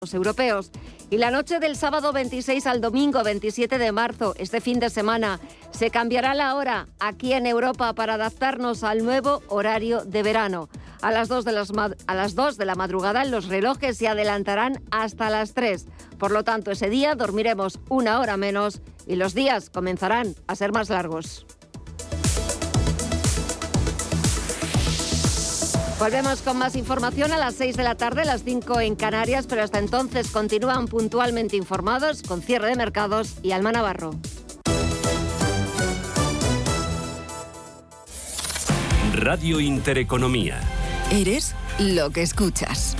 europeos. Y la noche del sábado 26 al domingo 27 de marzo, este fin de semana, se cambiará la hora aquí en Europa para adaptarnos al nuevo horario de verano. A las 2 de la madrugada los relojes se adelantarán hasta las 3. Por lo tanto, ese día dormiremos una hora menos y los días comenzarán a ser más largos. Volvemos con más información a las 6 de la tarde, las 5 en Canarias, pero hasta entonces continúan puntualmente informados con cierre de mercados y Alma Navarro. Radio Intereconomía. Eres lo que escuchas.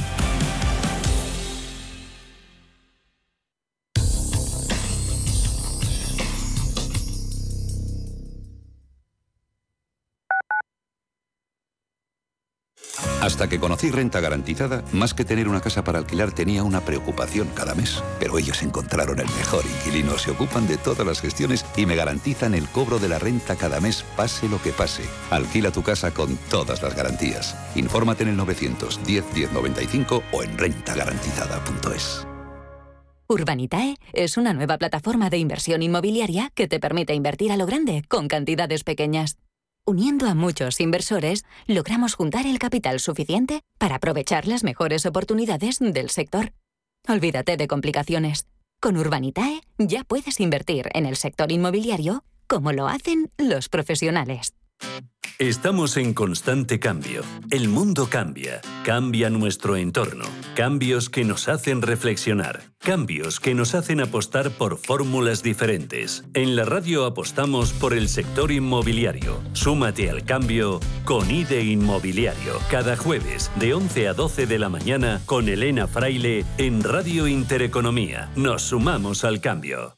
Hasta que conocí Renta Garantizada, más que tener una casa para alquilar tenía una preocupación cada mes. Pero ellos encontraron el mejor inquilino, se ocupan de todas las gestiones y me garantizan el cobro de la renta cada mes, pase lo que pase. Alquila tu casa con todas las garantías. Infórmate en el 910 1095 o en rentagarantizada.es. Urbanitae es una nueva plataforma de inversión inmobiliaria que te permite invertir a lo grande con cantidades pequeñas. Uniendo a muchos inversores, logramos juntar el capital suficiente para aprovechar las mejores oportunidades del sector. Olvídate de complicaciones. Con Urbanitae ya puedes invertir en el sector inmobiliario como lo hacen los profesionales. Estamos en constante cambio. El mundo cambia. Cambia nuestro entorno. Cambios que nos hacen reflexionar. Cambios que nos hacen apostar por fórmulas diferentes. En la radio apostamos por el sector inmobiliario. Súmate al cambio con IDE Inmobiliario. Cada jueves de 11 a 12 de la mañana con Elena Fraile en Radio Intereconomía. Nos sumamos al cambio.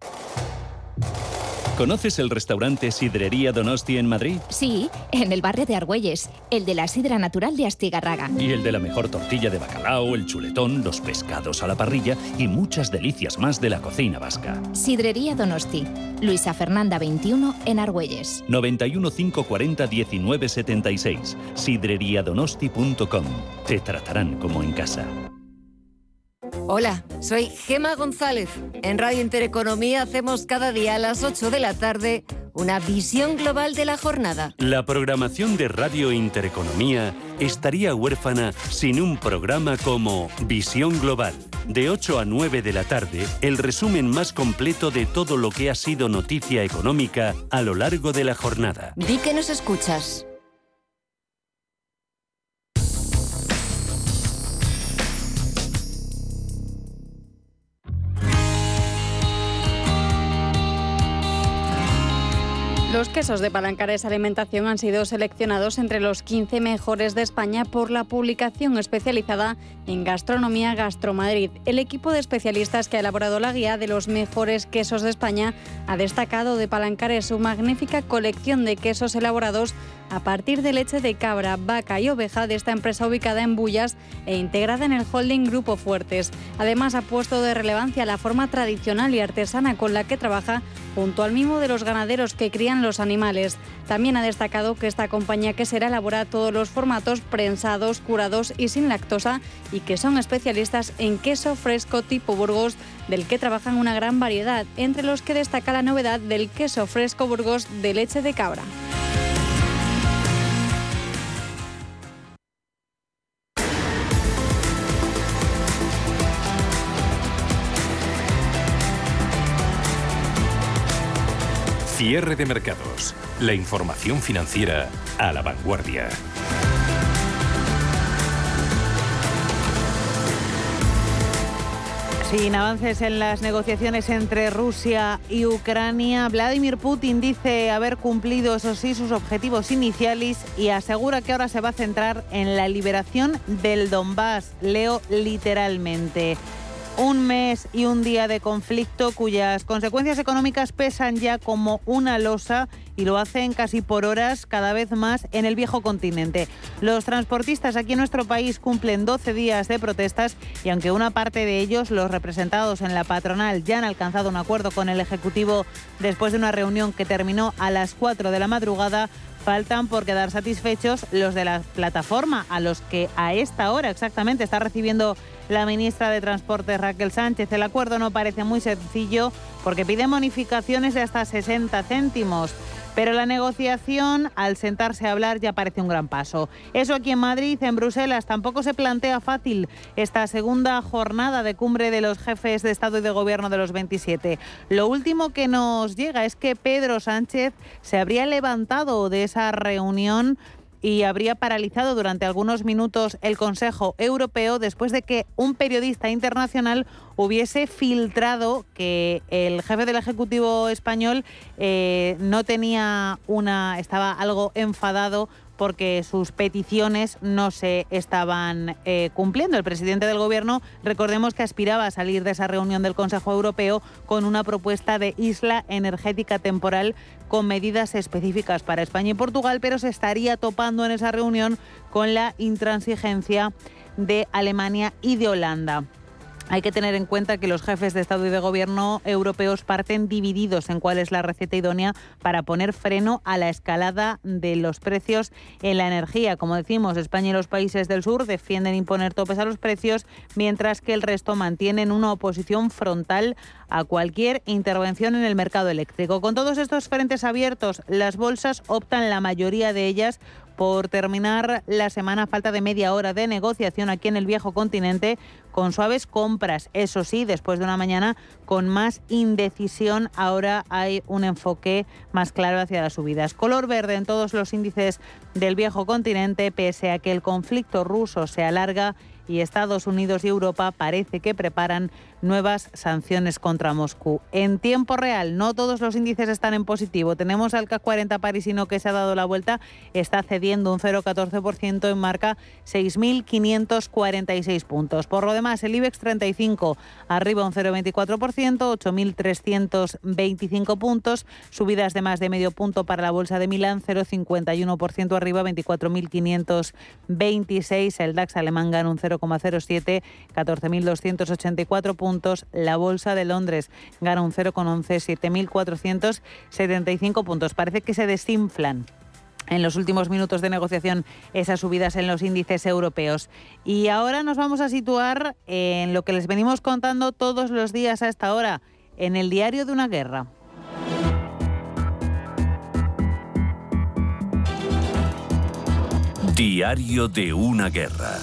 ¿Conoces el restaurante Sidrería Donosti en Madrid? Sí, en el barrio de Argüelles, el de la sidra natural de Astigarraga. Y el de la mejor tortilla de bacalao, el chuletón, los pescados a la parrilla y muchas delicias más de la cocina vasca. Sidrería Donosti, Luisa Fernanda 21 en Argüelles. 91 540 19 76. sidreriadonosti.com. Te tratarán como en casa. Hola, soy Gema González. En Radio Intereconomía hacemos cada día a las 8 de la tarde una visión global de la jornada. La programación de Radio Intereconomía estaría huérfana sin un programa como Visión Global. De 8 a 9 de la tarde, el resumen más completo de todo lo que ha sido noticia económica a lo largo de la jornada. Di que nos escuchas. Los quesos de Palancares Alimentación han sido seleccionados entre los 15 mejores de España por la publicación especializada en gastronomía Gastromadrid. El equipo de especialistas que ha elaborado la guía de los mejores quesos de España ha destacado de Palancares su magnífica colección de quesos elaborados a partir de leche de cabra, vaca y oveja de esta empresa ubicada en Bullas e integrada en el holding Grupo Fuertes. Además, ha puesto de relevancia la forma tradicional y artesana con la que trabaja junto al mimo de los ganaderos que crían los animales. También ha destacado que esta compañía quesera elabora todos los formatos prensados, curados y sin lactosa y que son especialistas en queso fresco tipo Burgos, del que trabajan una gran variedad, entre los que destaca la novedad del queso fresco Burgos de leche de cabra. Cierre de mercados. La información financiera a la vanguardia. Sin avances en las negociaciones entre Rusia y Ucrania, Vladimir Putin dice haber cumplido, eso sí, sus objetivos iniciales y asegura que ahora se va a centrar en la liberación del Donbass. Leo literalmente. Un mes y un día de conflicto cuyas consecuencias económicas pesan ya como una losa y lo hacen casi por horas cada vez más en el viejo continente. Los transportistas aquí en nuestro país cumplen 12 días de protestas y aunque una parte de ellos, los representados en la patronal, ya han alcanzado un acuerdo con el Ejecutivo después de una reunión que terminó a las 4 de la madrugada, faltan por quedar satisfechos los de la plataforma, a los que a esta hora exactamente está recibiendo la ministra de Transportes Raquel Sánchez. El acuerdo no parece muy sencillo porque pide bonificaciones de hasta 60 céntimos. Pero la negociación, al sentarse a hablar, ya parece un gran paso. Eso aquí en Madrid, en Bruselas, tampoco se plantea fácil esta segunda jornada de cumbre de los jefes de Estado y de Gobierno de los 27. Lo último que nos llega es que Pedro Sánchez se habría levantado de esa reunión y habría paralizado durante algunos minutos el Consejo Europeo después de que un periodista internacional hubiese filtrado que el jefe del Ejecutivo español estaba algo enfadado porque sus peticiones no se estaban cumpliendo. El presidente del Gobierno, recordemos que aspiraba a salir de esa reunión del Consejo Europeo con una propuesta de isla energética temporal con medidas específicas para España y Portugal, pero se estaría topando en esa reunión con la intransigencia de Alemania y de Holanda. Hay que tener en cuenta que los jefes de Estado y de Gobierno europeos parten divididos en cuál es la receta idónea para poner freno a la escalada de los precios en la energía. Como decimos, España y los países del sur defienden imponer topes a los precios, mientras que el resto mantienen una oposición frontal a cualquier intervención en el mercado eléctrico. Con todos estos frentes abiertos, las bolsas optan, la mayoría de ellas, por terminar la semana a falta de media hora de negociación aquí en el viejo continente con suaves compras. Eso sí, después de una mañana con más indecisión, ahora hay un enfoque más claro hacia las subidas. Color verde en todos los índices del viejo continente, pese a que el conflicto ruso se alarga y Estados Unidos y Europa parece que preparan nuevas sanciones contra Moscú. En tiempo real, no todos los índices están en positivo. Tenemos al CAC 40 parisino que se ha dado la vuelta, está cediendo un 0,14%, en marca 6.546 puntos. Por lo demás, el IBEX 35 arriba un 0,24%, 8.325 puntos, subidas de más de medio punto para la bolsa de Milán, 0,51% arriba, 24.526. El DAX alemán gana un 0,07, 14.284 puntos. La bolsa de Londres gana un 0,11, 7.475 puntos. Parece que se desinflan en los últimos minutos de negociación esas subidas en los índices europeos. Y ahora nos vamos a situar en lo que les venimos contando todos los días a esta hora, en el diario de una guerra. Diario de una guerra.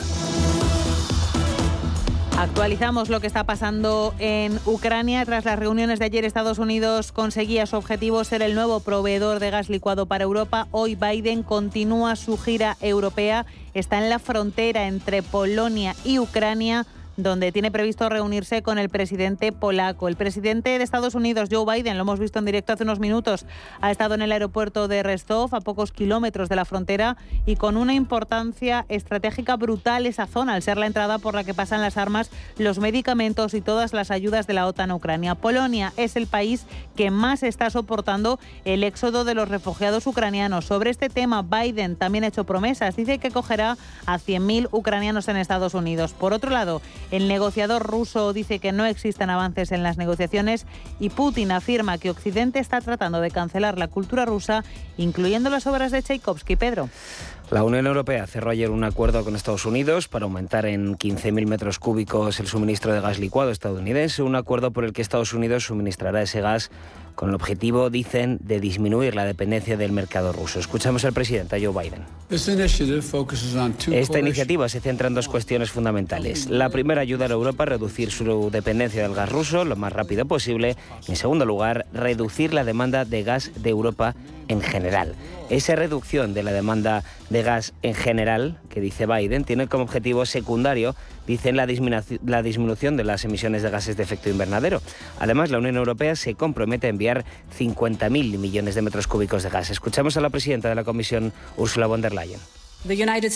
Actualizamos lo que está pasando en Ucrania. Tras las reuniones de ayer, Estados Unidos conseguía su objetivo, ser el nuevo proveedor de gas licuado para Europa. Hoy Biden continúa su gira europea. Está en la frontera entre Polonia y Ucrania, donde tiene previsto reunirse con el presidente polaco. El presidente de Estados Unidos, Joe Biden, lo hemos visto en directo hace unos minutos, ha estado en el aeropuerto de Rostov, a pocos kilómetros de la frontera, y con una importancia estratégica brutal esa zona, al ser la entrada por la que pasan las armas, los medicamentos y todas las ayudas de la OTAN a Ucrania. Polonia es el país que más está soportando el éxodo de los refugiados ucranianos. Sobre este tema, Biden también ha hecho promesas. Dice que acogerá a 100.000 ucranianos en Estados Unidos. Por otro lado, el negociador ruso dice que no existen avances en las negociaciones y Putin afirma que Occidente está tratando de cancelar la cultura rusa, incluyendo las obras de Tchaikovsky. Pedro. La Unión Europea cerró ayer un acuerdo con Estados Unidos para aumentar en 15.000 metros cúbicos el suministro de gas licuado estadounidense, un acuerdo por el que Estados Unidos suministrará ese gas con el objetivo, dicen, de disminuir la dependencia del mercado ruso. Escuchamos al presidente Joe Biden. Esta iniciativa se centra en dos cuestiones fundamentales. La primera, ayudar a Europa a reducir su dependencia del gas ruso lo más rápido posible. Y en segundo lugar, reducir la demanda de gas de Europa en general. Esa reducción de la demanda de gas en general, que dice Biden, tiene como objetivo secundario, dicen, la disminución de las emisiones de gases de efecto invernadero. Además, la Unión Europea se compromete a enviar 50.000 millones de metros cúbicos de gas. Escuchamos a la presidenta de la Comisión, Ursula von der Leyen. De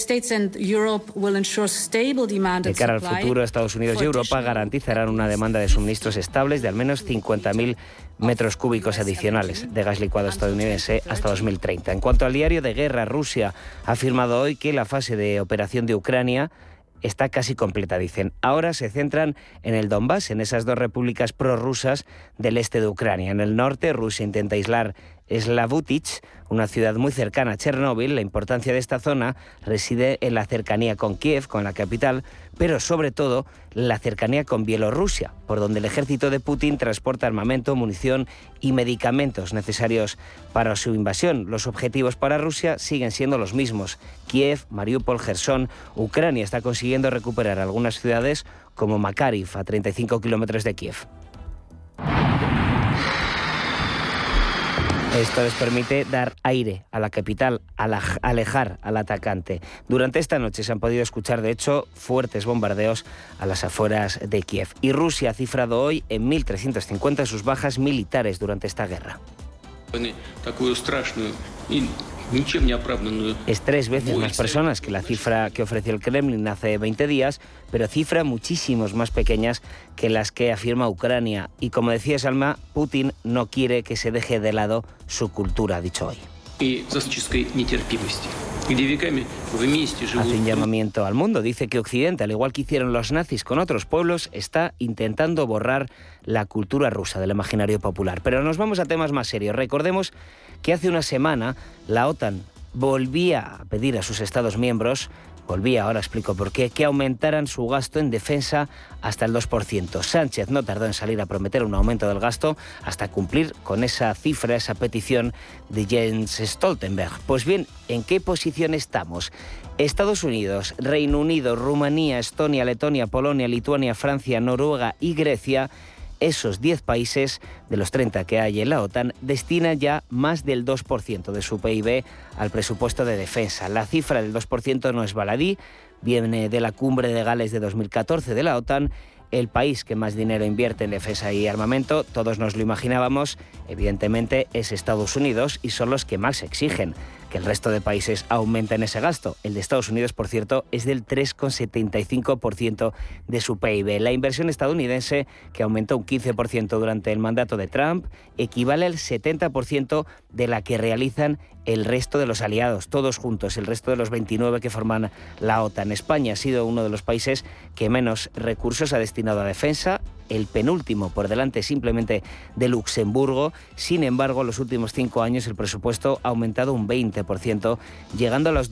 cara al futuro, Estados Unidos y Europa garantizarán una demanda de suministros estables de al menos 50.000 metros cúbicos adicionales de gas licuado estadounidense hasta 2030. En cuanto al diario de guerra, Rusia ha afirmado hoy que la fase de operación de Ucrania está casi completa, dicen. Ahora se centran en el Donbass, en esas dos repúblicas prorrusas del este de Ucrania. En el norte, Rusia intenta aislar Slavutich, una ciudad muy cercana a Chernóbil. La importancia de esta zona reside en la cercanía con Kiev, con la capital, pero sobre todo la cercanía con Bielorrusia, por donde el ejército de Putin transporta armamento, munición y medicamentos necesarios para su invasión. Los objetivos para Rusia siguen siendo los mismos: Kiev, Mariupol, Jersón. Ucrania está consiguiendo recuperar algunas ciudades como Makariv, a 35 kilómetros de Kiev. Esto les permite dar aire a la capital, alejar al atacante. Durante esta noche se han podido escuchar, de hecho, fuertes bombardeos a las afueras de Kiev. Y Rusia ha cifrado hoy en 1.350 sus bajas militares durante esta guerra. Es 3 veces más personas que la cifra que ofreció el Kremlin hace 20 días, pero cifras muchísimos más pequeñas que las que afirma Ucrania. Y como decía Salma, Putin no quiere que se deje de lado su cultura, ha dicho hoy. Hace un llamamiento al mundo. Dice que Occidente, al igual que hicieron los nazis con otros pueblos, está intentando borrar la cultura rusa del imaginario popular. Pero nos vamos a temas más serios. Recordemos que hace una semana la OTAN volvía a pedir a sus Estados miembros, ahora explico por qué, que aumentaran su gasto en defensa hasta el 2%. Sánchez no tardó en salir a prometer un aumento del gasto hasta cumplir con esa cifra, esa petición de Jens Stoltenberg. Pues bien, ¿en qué posición estamos? Estados Unidos, Reino Unido, Rumanía, Estonia, Letonia, Polonia, Lituania, Francia, Noruega y Grecia, esos 10 países de los 30 que hay en la OTAN, destinan ya más del 2% de su PIB al presupuesto de defensa. La cifra del 2% no es baladí, viene de la cumbre de Gales de 2014 de la OTAN. El país que más dinero invierte en defensa y armamento, todos nos lo imaginábamos, evidentemente es Estados Unidos, y son los que más exigen que el resto de países aumenten ese gasto. El de Estados Unidos, por cierto, es del 3,75% de su PIB. La inversión estadounidense, que aumentó un 15% durante el mandato de Trump, equivale al 70% de la que realizan el resto de los aliados, todos juntos, el resto de los 29 que forman la OTAN. España ha sido uno de los países que menos recursos ha destinado a defensa, el penúltimo por delante simplemente de Luxemburgo. Sin embargo, en los últimos 5 años el presupuesto ha aumentado un 20%, llegando a los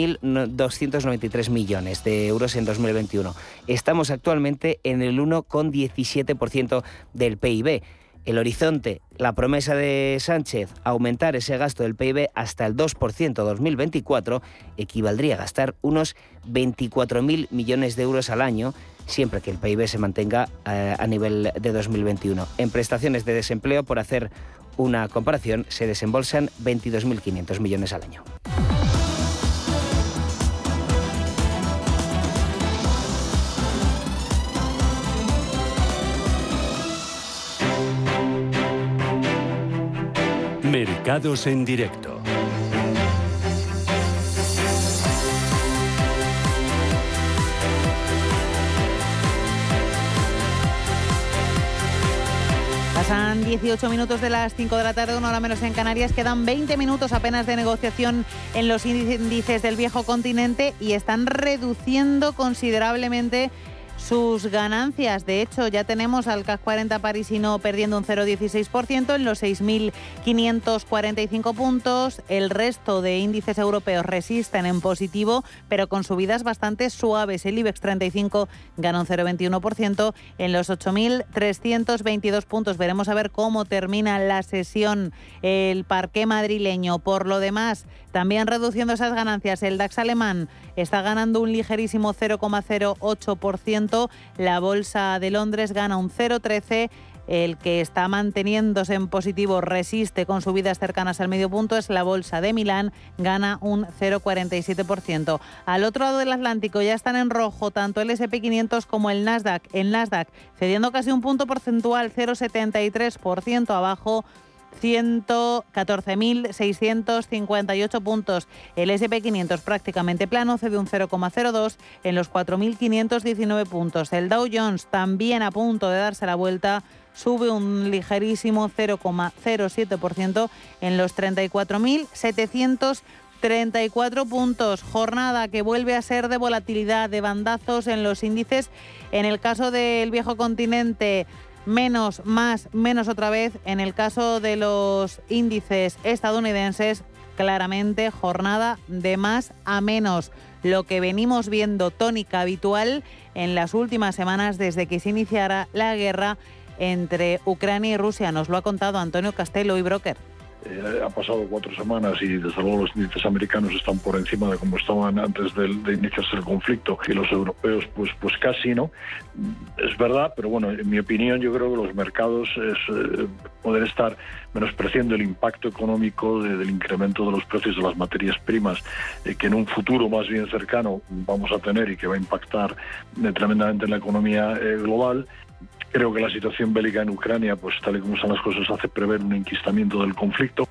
12.293 millones de euros en 2021. Estamos actualmente en el 1,17% del PIB. El horizonte, la promesa de Sánchez, aumentar ese gasto del PIB hasta el 2% 2024, equivaldría a gastar unos 24.000 millones de euros al año, siempre que el PIB se mantenga a nivel de 2021. En prestaciones de desempleo, por hacer una comparación, se desembolsan 22.500 millones al año. Mercados en directo. Pasan 18 minutos de las 5 de la tarde, 1 hora menos en Canarias. Quedan 20 minutos apenas de negociación en los índices del viejo continente y están reduciendo considerablemente sus ganancias. De hecho, ya tenemos al CAC 40 parisino perdiendo un 0,16% en los 6.545 puntos. El resto de índices europeos resisten en positivo, pero con subidas bastante suaves. El IBEX 35 gana un 0,21% en los 8.322 puntos. Veremos a ver cómo termina la sesión el parqué madrileño. Por lo demás, también reduciendo esas ganancias, el DAX alemán está ganando un ligerísimo 0,08%. La bolsa de Londres gana un 0,13%. El que está manteniéndose en positivo resiste con subidas cercanas al medio punto es la bolsa de Milán, gana un 0,47%. Al otro lado del Atlántico ya están en rojo tanto el S&P 500 como el Nasdaq. El Nasdaq cediendo casi un punto porcentual, 0,73% abajo, 114.658 puntos. El S&P 500 prácticamente plano, cede un 0,02 en los 4.519 puntos. El Dow Jones también a punto de darse la vuelta, sube un ligerísimo 0,07% en los 34.734 puntos. Jornada que vuelve a ser de volatilidad, de bandazos en los índices. En el caso del viejo continente, menos, más, menos otra vez. En el caso de los índices estadounidenses, claramente jornada de más a menos, lo que venimos viendo tónica habitual en las últimas semanas desde que se iniciara la guerra entre Ucrania y Rusia. Nos lo ha contado Antonio Castelo y Broker. Ha pasado 4 semanas y desde luego los índices americanos están por encima de como estaban antes de iniciarse el conflicto, y los europeos pues casi, ¿no? Es verdad, pero bueno, en mi opinión yo creo que los mercados poder estar menospreciando el impacto económico del incremento de los precios de las materias primas que en un futuro más bien cercano vamos a tener y que va a impactar tremendamente en la economía global. Creo que la situación bélica en Ucrania, pues tal y como están las cosas, hace prever un enquistamiento del conflicto.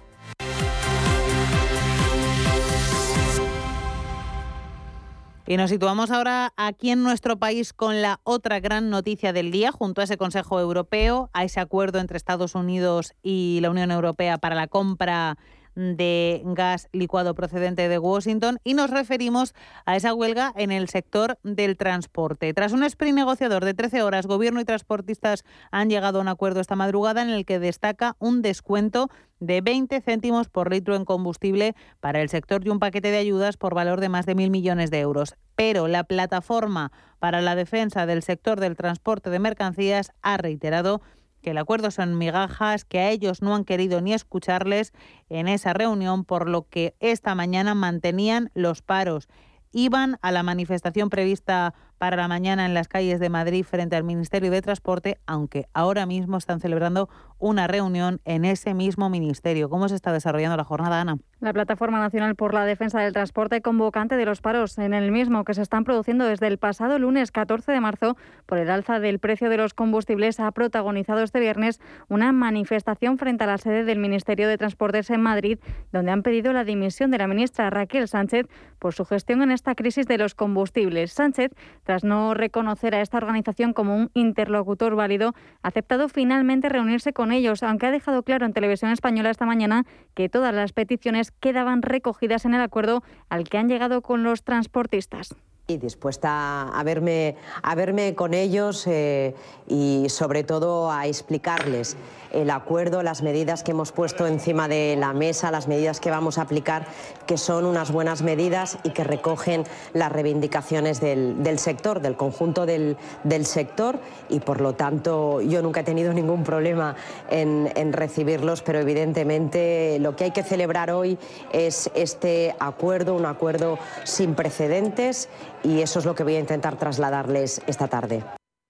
Y nos situamos ahora aquí en nuestro país con la otra gran noticia del día, junto a ese Consejo Europeo, a ese acuerdo entre Estados Unidos y la Unión Europea para la compra de gas licuado procedente de Washington, y nos referimos a esa huelga en el sector del transporte. Tras un sprint negociador de 13 horas, Gobierno y transportistas han llegado a un acuerdo esta madrugada en el que destaca un descuento de 20 céntimos por litro en combustible para el sector y un paquete de ayudas por valor de más de 1.000 millones de euros. Pero la Plataforma para la Defensa del Sector del Transporte de Mercancías ha reiterado que el acuerdo son migajas, que a ellos no han querido ni escucharles en esa reunión, por lo que esta mañana mantenían los paros. Iban a la manifestación prevista para la mañana en las calles de Madrid frente al Ministerio de Transporte, aunque ahora mismo están celebrando una reunión en ese mismo ministerio. ¿Cómo se está desarrollando la jornada, Ana? La Plataforma Nacional por la Defensa del Transporte convocante de los paros en el mismo, que se están produciendo desde el pasado lunes 14 de marzo por el alza del precio de los combustibles, ha protagonizado este viernes una manifestación frente a la sede del Ministerio de Transportes en Madrid, donde han pedido la dimisión de la ministra Raquel Sánchez por su gestión en esta crisis de los combustibles. Sánchez, tras no reconocer a esta organización como un interlocutor válido, ha aceptado finalmente reunirse con ellos, aunque ha dejado claro en Televisión Española esta mañana que todas las peticiones quedaban recogidas en el acuerdo al que han llegado con los transportistas. Y dispuesta a verme con ellos y sobre todo a explicarles el acuerdo, las medidas que hemos puesto encima de la mesa, las medidas que vamos a aplicar, que son unas buenas medidas y que recogen las reivindicaciones del sector, del conjunto del sector, y por lo tanto yo nunca he tenido ningún problema en recibirlos, pero evidentemente lo que hay que celebrar hoy es este acuerdo, un acuerdo sin precedentes, y eso es lo que voy a intentar trasladarles esta tarde.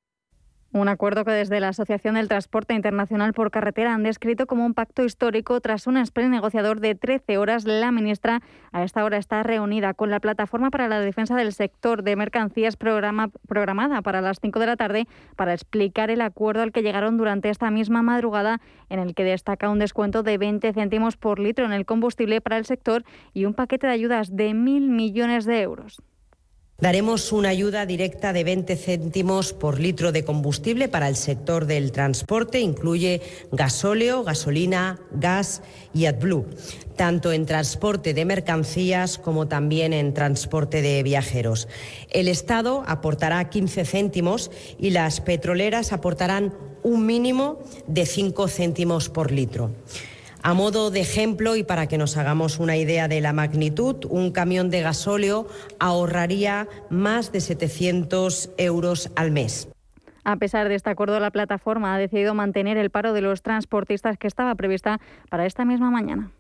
Un acuerdo que desde la Asociación del Transporte Internacional por Carretera han descrito como un pacto histórico. Tras un sprint negociador de 13 horas, la ministra a esta hora está reunida con la Plataforma para la Defensa del Sector de Mercancías programada para las 5 de la tarde para explicar el acuerdo al que llegaron durante esta misma madrugada, en el que destaca un descuento de 20 céntimos por litro en el combustible para el sector y un paquete de ayudas de 1.000 millones de euros. Daremos una ayuda directa de 20 céntimos por litro de combustible para el sector del transporte. Incluye gasóleo, gasolina, gas y AdBlue, tanto en transporte de mercancías como también en transporte de viajeros. El Estado aportará 15 céntimos y las petroleras aportarán un mínimo de 5 céntimos por litro. A modo de ejemplo, y para que nos hagamos una idea de la magnitud, un camión de gasóleo ahorraría más de 700 euros al mes. A pesar de este acuerdo, la plataforma ha decidido mantener el paro de los transportistas que estaba prevista para esta misma mañana.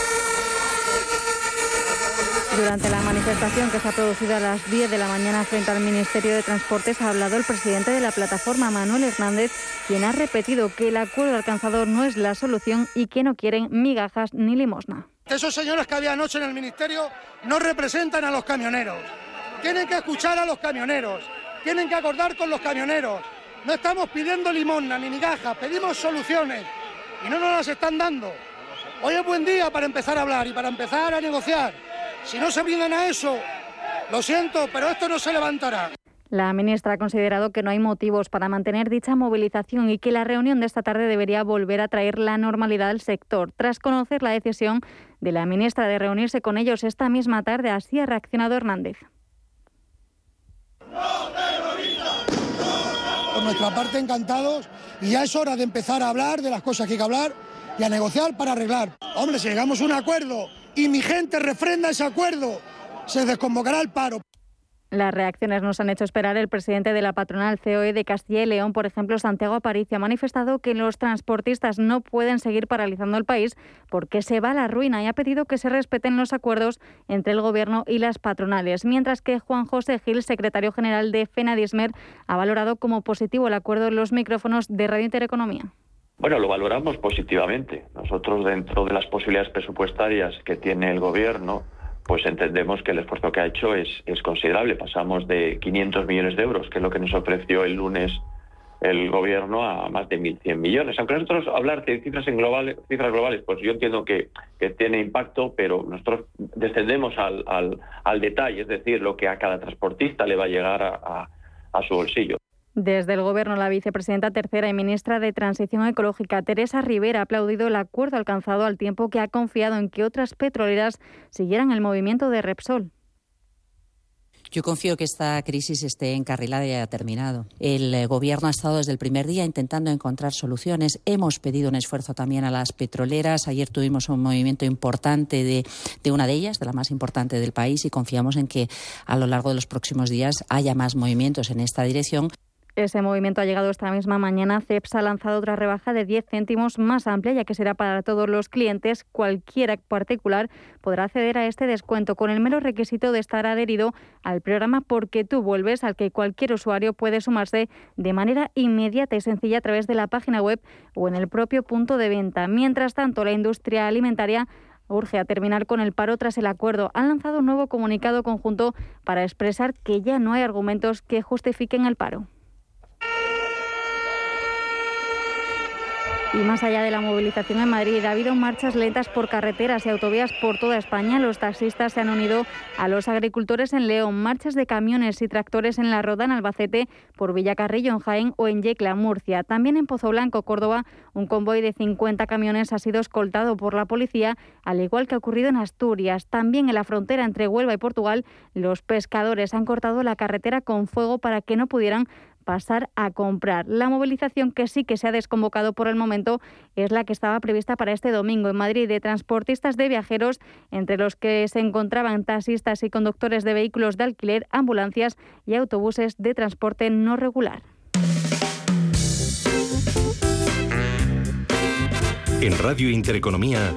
Durante la manifestación que se ha producido a las 10 de la mañana frente al Ministerio de Transportes, ha hablado el presidente de la plataforma, Manuel Hernández, quien ha repetido que el acuerdo alcanzado no es la solución y que no quieren migajas ni limosna. Esos señores que había anoche en el Ministerio no representan a los camioneros. Tienen que escuchar a los camioneros, tienen que acordar con los camioneros. No estamos pidiendo limosna ni migajas, pedimos soluciones y no nos las están dando. Hoy es buen día para empezar a hablar y para empezar a negociar. Si no se brindan a eso, lo siento, pero esto no se levantará. La ministra ha considerado que no hay motivos para mantener dicha movilización y que la reunión de esta tarde debería volver a traer la normalidad al sector. Tras conocer la decisión de la ministra de reunirse con ellos esta misma tarde, así ha reaccionado Hernández. por nuestra parte encantados y ya es hora de empezar a hablar de las cosas que hay que hablar y a negociar para arreglar. Hombre, si llegamos a un acuerdo y mi gente refrenda ese acuerdo, se desconvocará el paro. Las reacciones nos han hecho esperar. El presidente de la patronal COE de Castilla y León, por ejemplo, Santiago Aparicio, ha manifestado que los transportistas no pueden seguir paralizando el país porque se va a la ruina y ha pedido que se respeten los acuerdos entre el Gobierno y las patronales. Mientras que Juan José Gil, secretario general de FENADISMER, ha valorado como positivo el acuerdo en los micrófonos de Radio Intereconomía. Bueno, lo valoramos positivamente. Nosotros, dentro de las posibilidades presupuestarias que tiene el Gobierno, pues entendemos que el esfuerzo que ha hecho es considerable. Pasamos de 500 millones de euros, que es lo que nos ofreció el lunes el Gobierno, a más de 1.100 millones. Aunque nosotros hablar de cifras globales, pues yo entiendo que tiene impacto, pero nosotros descendemos al detalle, es decir, lo que a cada transportista le va a llegar a su bolsillo. Desde el Gobierno, la vicepresidenta tercera y ministra de Transición Ecológica, Teresa Rivera, ha aplaudido el acuerdo alcanzado, al tiempo que ha confiado en que otras petroleras siguieran el movimiento de Repsol. Yo confío que esta crisis esté encarrilada y haya terminado. El Gobierno ha estado desde el primer día intentando encontrar soluciones. Hemos pedido un esfuerzo también a las petroleras. Ayer tuvimos un movimiento importante de una de ellas, de la más importante del país, y confiamos en que a lo largo de los próximos días haya más movimientos en esta dirección. Ese movimiento ha llegado esta misma mañana. Cepsa ha lanzado otra rebaja de 10 céntimos más amplia, ya que será para todos los clientes. Cualquier particular podrá acceder a este descuento con el mero requisito de estar adherido al programa Porque tú vuelves, al que cualquier usuario puede sumarse de manera inmediata y sencilla a través de la página web o en el propio punto de venta. Mientras tanto, la industria alimentaria urge a terminar con el paro tras el acuerdo. Han lanzado un nuevo comunicado conjunto para expresar que ya no hay argumentos que justifiquen el paro. Y más allá de la movilización en Madrid, ha habido marchas lentas por carreteras y autovías por toda España. Los taxistas se han unido a los agricultores en León, marchas de camiones y tractores en La Roda, en Albacete, por Villacarrillo, en Jaén, o en Yecla, Murcia. También en Pozoblanco, Córdoba, un convoy de 50 camiones ha sido escoltado por la policía, al igual que ha ocurrido en Asturias. También en la frontera entre Huelva y Portugal, los pescadores han cortado la carretera con fuego para que no pudieran pasar a comprar. La movilización, que sí que se ha desconvocado por el momento, es la que estaba prevista para este domingo en Madrid, de transportistas de viajeros, entre los que se encontraban taxistas y conductores de vehículos de alquiler, ambulancias y autobuses de transporte no regular. En Radio Intereconomía,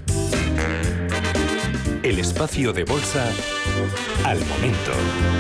el espacio de bolsa al momento.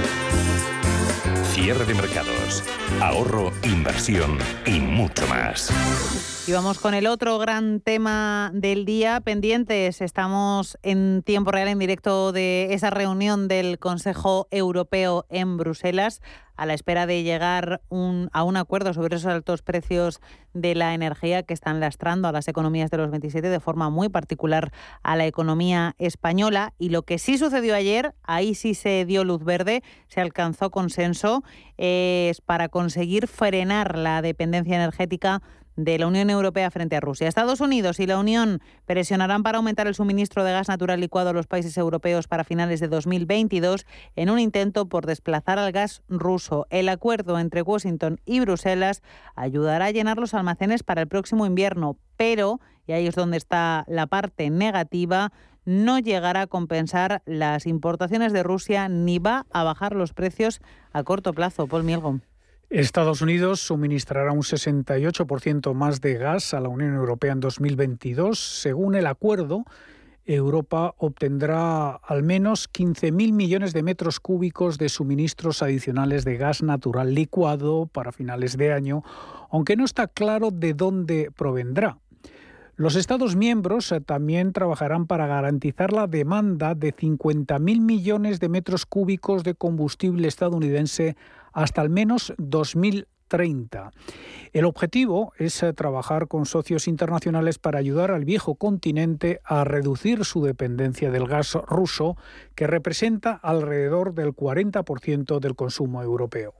Cierre de mercados, ahorro, inversión y mucho más. Y vamos con el otro gran tema del día, pendientes. Estamos en tiempo real, en directo, de esa reunión del Consejo Europeo en Bruselas, a la espera de llegar a un acuerdo sobre esos altos precios de la energía que están lastrando a las economías de los 27, de forma muy particular a la economía española. Y lo que sí sucedió ayer, ahí sí se dio luz verde, se alcanzó consenso, es para conseguir frenar la dependencia energética de la Unión Europea frente a Rusia. Estados Unidos y la Unión presionarán para aumentar el suministro de gas natural licuado a los países europeos para finales de 2022 en un intento por desplazar al gas ruso. El acuerdo entre Washington y Bruselas ayudará a llenar los almacenes para el próximo invierno, pero, y ahí es donde está la parte negativa, no llegará a compensar las importaciones de Rusia ni va a bajar los precios a corto plazo. Paul Mielgo. Estados Unidos suministrará un 68% más de gas a la Unión Europea en 2022. Según el acuerdo, Europa obtendrá al menos 15.000 millones de metros cúbicos de suministros adicionales de gas natural licuado para finales de año, aunque no está claro de dónde provendrá. Los Estados miembros también trabajarán para garantizar la demanda de 50.000 millones de metros cúbicos de combustible estadounidense hasta al menos 2030. El objetivo es trabajar con socios internacionales para ayudar al viejo continente a reducir su dependencia del gas ruso, que representa alrededor del 40% del consumo europeo.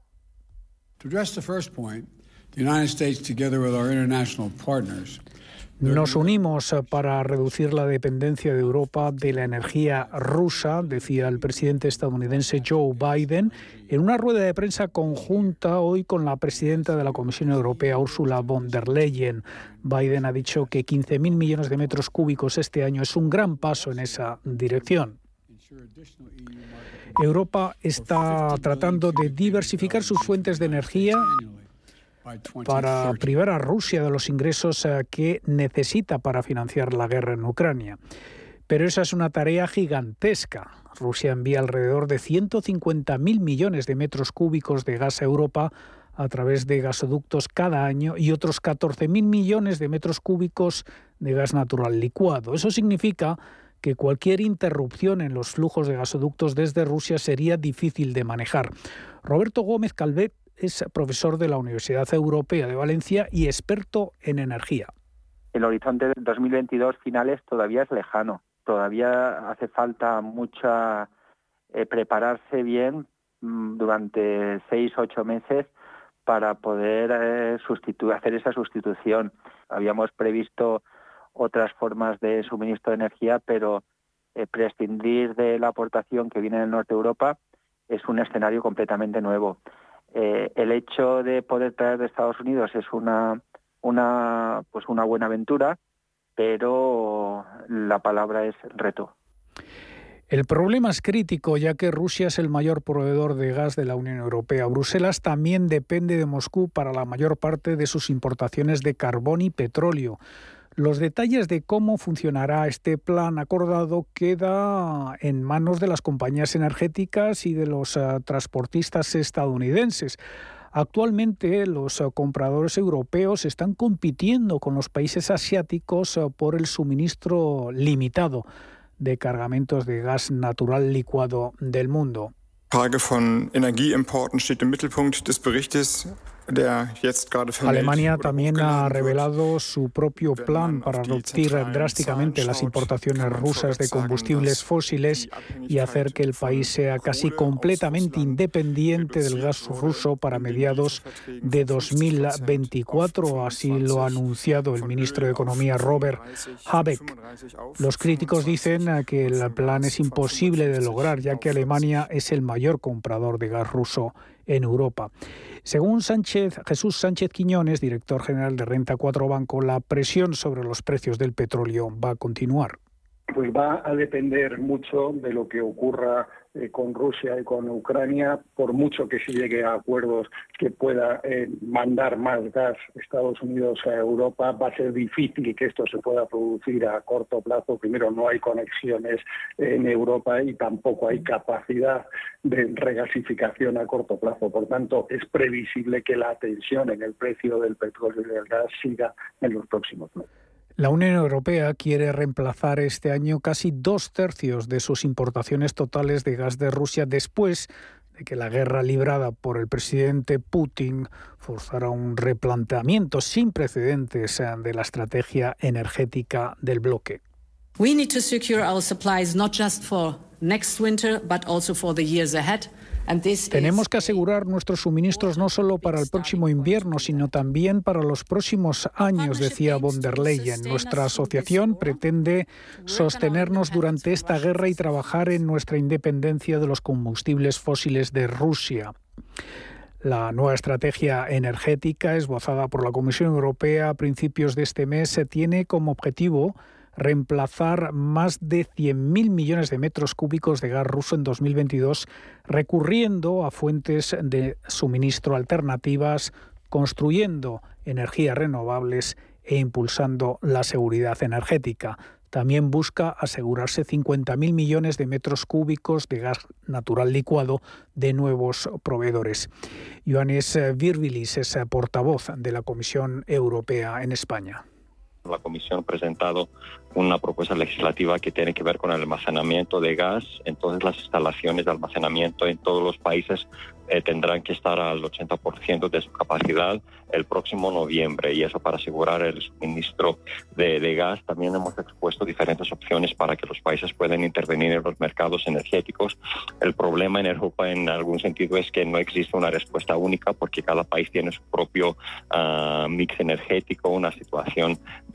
To address the first point, the United States, together with our international partners, Nos unimos para reducir la dependencia de Europa de la energía rusa, decía el presidente estadounidense Joe Biden, en una rueda de prensa conjunta hoy con la presidenta de la Comisión Europea, Ursula von der Leyen. Biden ha dicho que 15.000 millones de metros cúbicos este año es un gran paso en esa dirección. Europa está tratando de diversificar sus fuentes de energía para privar a Rusia de los ingresos que necesita para financiar la guerra en Ucrania. Pero esa es una tarea gigantesca. Rusia envía alrededor de 150.000 millones de metros cúbicos de gas a Europa a través de gasoductos cada año y otros 14.000 millones de metros cúbicos de gas natural licuado. Eso significa que cualquier interrupción en los flujos de gasoductos desde Rusia sería difícil de manejar. Roberto Gómez Calvet es profesor de la Universidad Europea de Valencia y experto en energía. El horizonte de 2022 finales todavía es lejano. Todavía hace falta prepararse bien durante 6-8 meses para poder hacer esa sustitución. Habíamos previsto otras formas de suministro de energía, pero prescindir de la aportación que viene del norte de Europa es un escenario completamente nuevo. El hecho de poder traer de Estados Unidos es una buena aventura, pero la palabra es reto. El problema es crítico, ya que Rusia es el mayor proveedor de gas de la Unión Europea. Bruselas también depende de Moscú para la mayor parte de sus importaciones de carbón y petróleo. Los detalles de cómo funcionará este plan acordado queda en manos de las compañías energéticas y de los transportistas estadounidenses. Actualmente los compradores europeos están compitiendo con los países asiáticos por el suministro limitado de cargamentos de gas natural licuado del mundo. Frage von Energieimporten steht im Mittelpunkt des Berichtes. Alemania también ha revelado su propio plan para reducir drásticamente las importaciones rusas de combustibles fósiles y hacer que el país sea casi completamente independiente del gas ruso para mediados de 2024. Así lo ha anunciado el ministro de Economía Robert Habeck. Los críticos dicen que el plan es imposible de lograr, ya que Alemania es el mayor comprador de gas ruso en Europa. Según Jesús Sánchez Quiñones, director general de Renta 4 Banco, la presión sobre los precios del petróleo va a continuar. Pues va a depender mucho de lo que ocurra con Rusia y con Ucrania, por mucho que se llegue a acuerdos que pueda mandar más gas Estados Unidos a Europa, va a ser difícil que esto se pueda producir a corto plazo. Primero, no hay conexiones en Europa y tampoco hay capacidad de regasificación a corto plazo. Por tanto, es previsible que la tensión en el precio del petróleo y del gas siga en los próximos meses. La Unión Europea quiere reemplazar este año casi 2/3 de sus importaciones totales de gas de Rusia después de que la guerra librada por el presidente Putin forzara un replanteamiento sin precedentes de la estrategia energética del bloque. We need to secure our supplies not just for next winter but also for the years ahead. Tenemos que asegurar nuestros suministros no solo para el próximo invierno, sino también para los próximos años, decía von der Leyen. Nuestra asociación pretende sostenernos durante esta guerra y trabajar en nuestra independencia de los combustibles fósiles de Rusia. La nueva estrategia energética, esbozada por la Comisión Europea a principios de este mes, tiene como objetivo reemplazar más de 100.000 millones de metros cúbicos de gas ruso en 2022, recurriendo a fuentes de suministro alternativas, construyendo energías renovables e impulsando la seguridad energética. También busca asegurarse 50.000 millones de metros cúbicos de gas natural licuado de nuevos proveedores. Ioannis Virbilis es portavoz de la Comisión Europea en España. La Comisión ha presentado una propuesta legislativa que tiene que ver con el almacenamiento de gas. Entonces las instalaciones de almacenamiento en todos los países tendrán que estar al 80% de su capacidad el próximo noviembre, y eso para asegurar el suministro de gas. También hemos expuesto diferentes opciones para que los países puedan intervenir en los mercados energéticos. El problema en Europa en algún sentido es que no existe una respuesta única porque cada país tiene su propio mix energético, una situación diferente.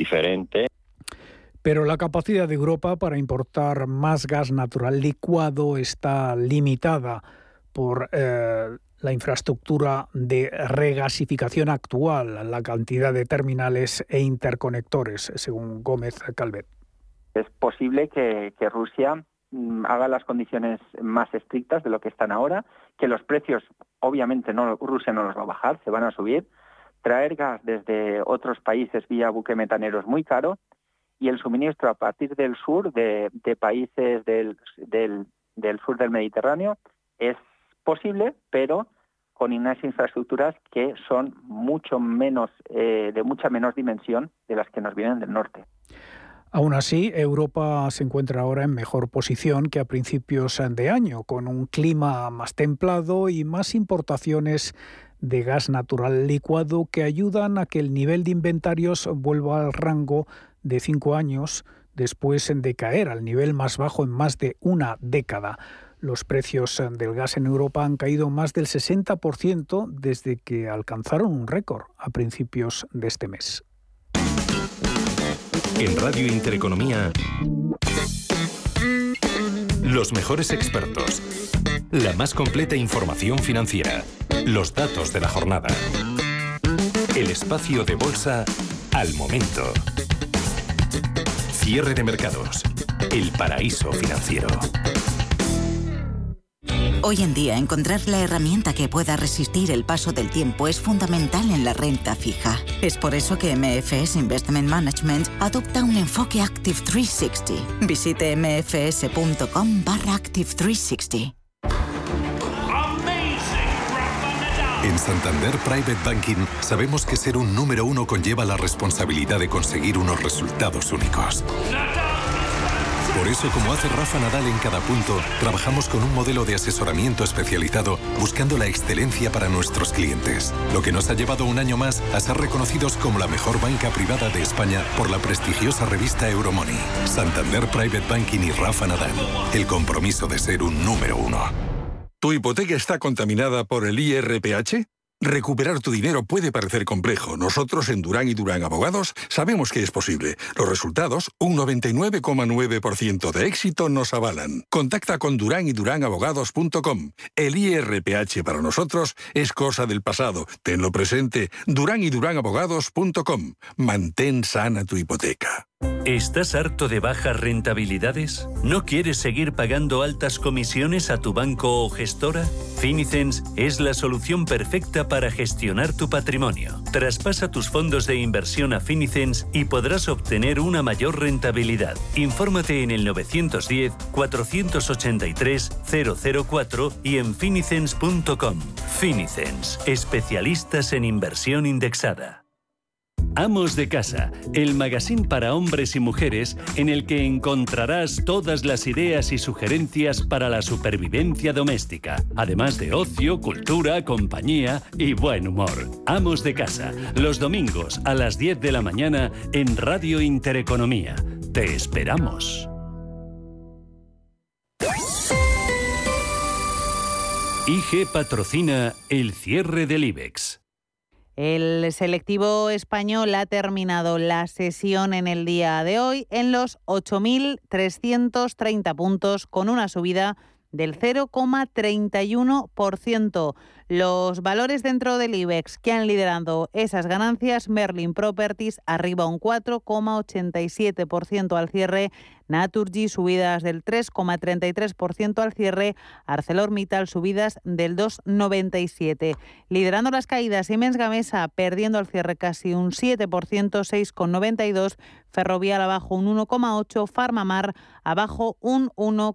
diferente. Pero la capacidad de Europa para importar más gas natural licuado está limitada por la infraestructura de regasificación actual, la cantidad de terminales e interconectores, según Gómez Calvet. Es posible que Rusia haga las condiciones más estrictas de lo que están ahora, que los precios, obviamente, Rusia no los va a bajar, se van a subir, traer gas desde otros países vía buque metanero es muy caro, y el suministro a partir del sur, de países del sur del Mediterráneo, es posible, pero con unas infraestructuras que son mucho menos, de mucha menor dimensión de las que nos vienen del norte. Aún así, Europa se encuentra ahora en mejor posición que a principios de año, con un clima más templado y más importaciones de gas natural licuado que ayudan a que el nivel de inventarios vuelva al rango de 5 años después de caer al nivel más bajo en más de una década. Los precios del gas en Europa han caído más del 60% desde que alcanzaron un récord a principios de este mes. En Radio Intereconomía, los mejores expertos, la más completa información financiera, los datos de la jornada, el espacio de bolsa al momento, cierre de mercados, el paraíso financiero. Hoy en día, encontrar la herramienta que pueda resistir el paso del tiempo es fundamental en la renta fija. Es por eso que MFS Investment Management adopta un enfoque Active 360. Visite mfs.com/Active 360. En Santander Private Banking sabemos que ser un número uno conlleva la responsabilidad de conseguir unos resultados únicos. Por eso, como hace Rafa Nadal en cada punto, trabajamos con un modelo de asesoramiento especializado buscando la excelencia para nuestros clientes, lo que nos ha llevado un año más a ser reconocidos como la mejor banca privada de España por la prestigiosa revista Euromoney. Santander Private Banking y Rafa Nadal, el compromiso de ser un número uno. ¿Tu hipoteca está contaminada por el IRPH? Recuperar tu dinero puede parecer complejo. Nosotros en Durán y Durán Abogados sabemos que es posible. Los resultados, un 99,9% de éxito, nos avalan. Contacta con duranyduránabogados.com. El IRPH para nosotros es cosa del pasado. Tenlo presente. duranyduránabogados.com. Mantén sana tu hipoteca. ¿Estás harto de bajas rentabilidades? ¿No quieres seguir pagando altas comisiones a tu banco o gestora? Finicens es la solución perfecta para gestionar tu patrimonio. Traspasa tus fondos de inversión a Finicens y podrás obtener una mayor rentabilidad. Infórmate en el 910-483-004 y en finicens.com. Finicens, especialistas en inversión indexada. Amos de Casa, el magazín para hombres y mujeres en el que encontrarás todas las ideas y sugerencias para la supervivencia doméstica, además de ocio, cultura, compañía y buen humor. Amos de Casa, los domingos a las 10 de la mañana en Radio Intereconomía. Te esperamos. IG patrocina el cierre del IBEX. El selectivo español ha terminado la sesión en el día de hoy en los 8.330 puntos con una subida del 0,31%. Los valores dentro del IBEX que han liderado esas ganancias: Merlin Properties arriba un 4,87% al cierre, Naturgy subidas del 3,33% al cierre, ArcelorMittal subidas del 2,97%. Liderando las caídas, Siemens Gamesa perdiendo al cierre casi un 7%, 6,92%, Ferrovial abajo un 1,8%, Farmamar abajo un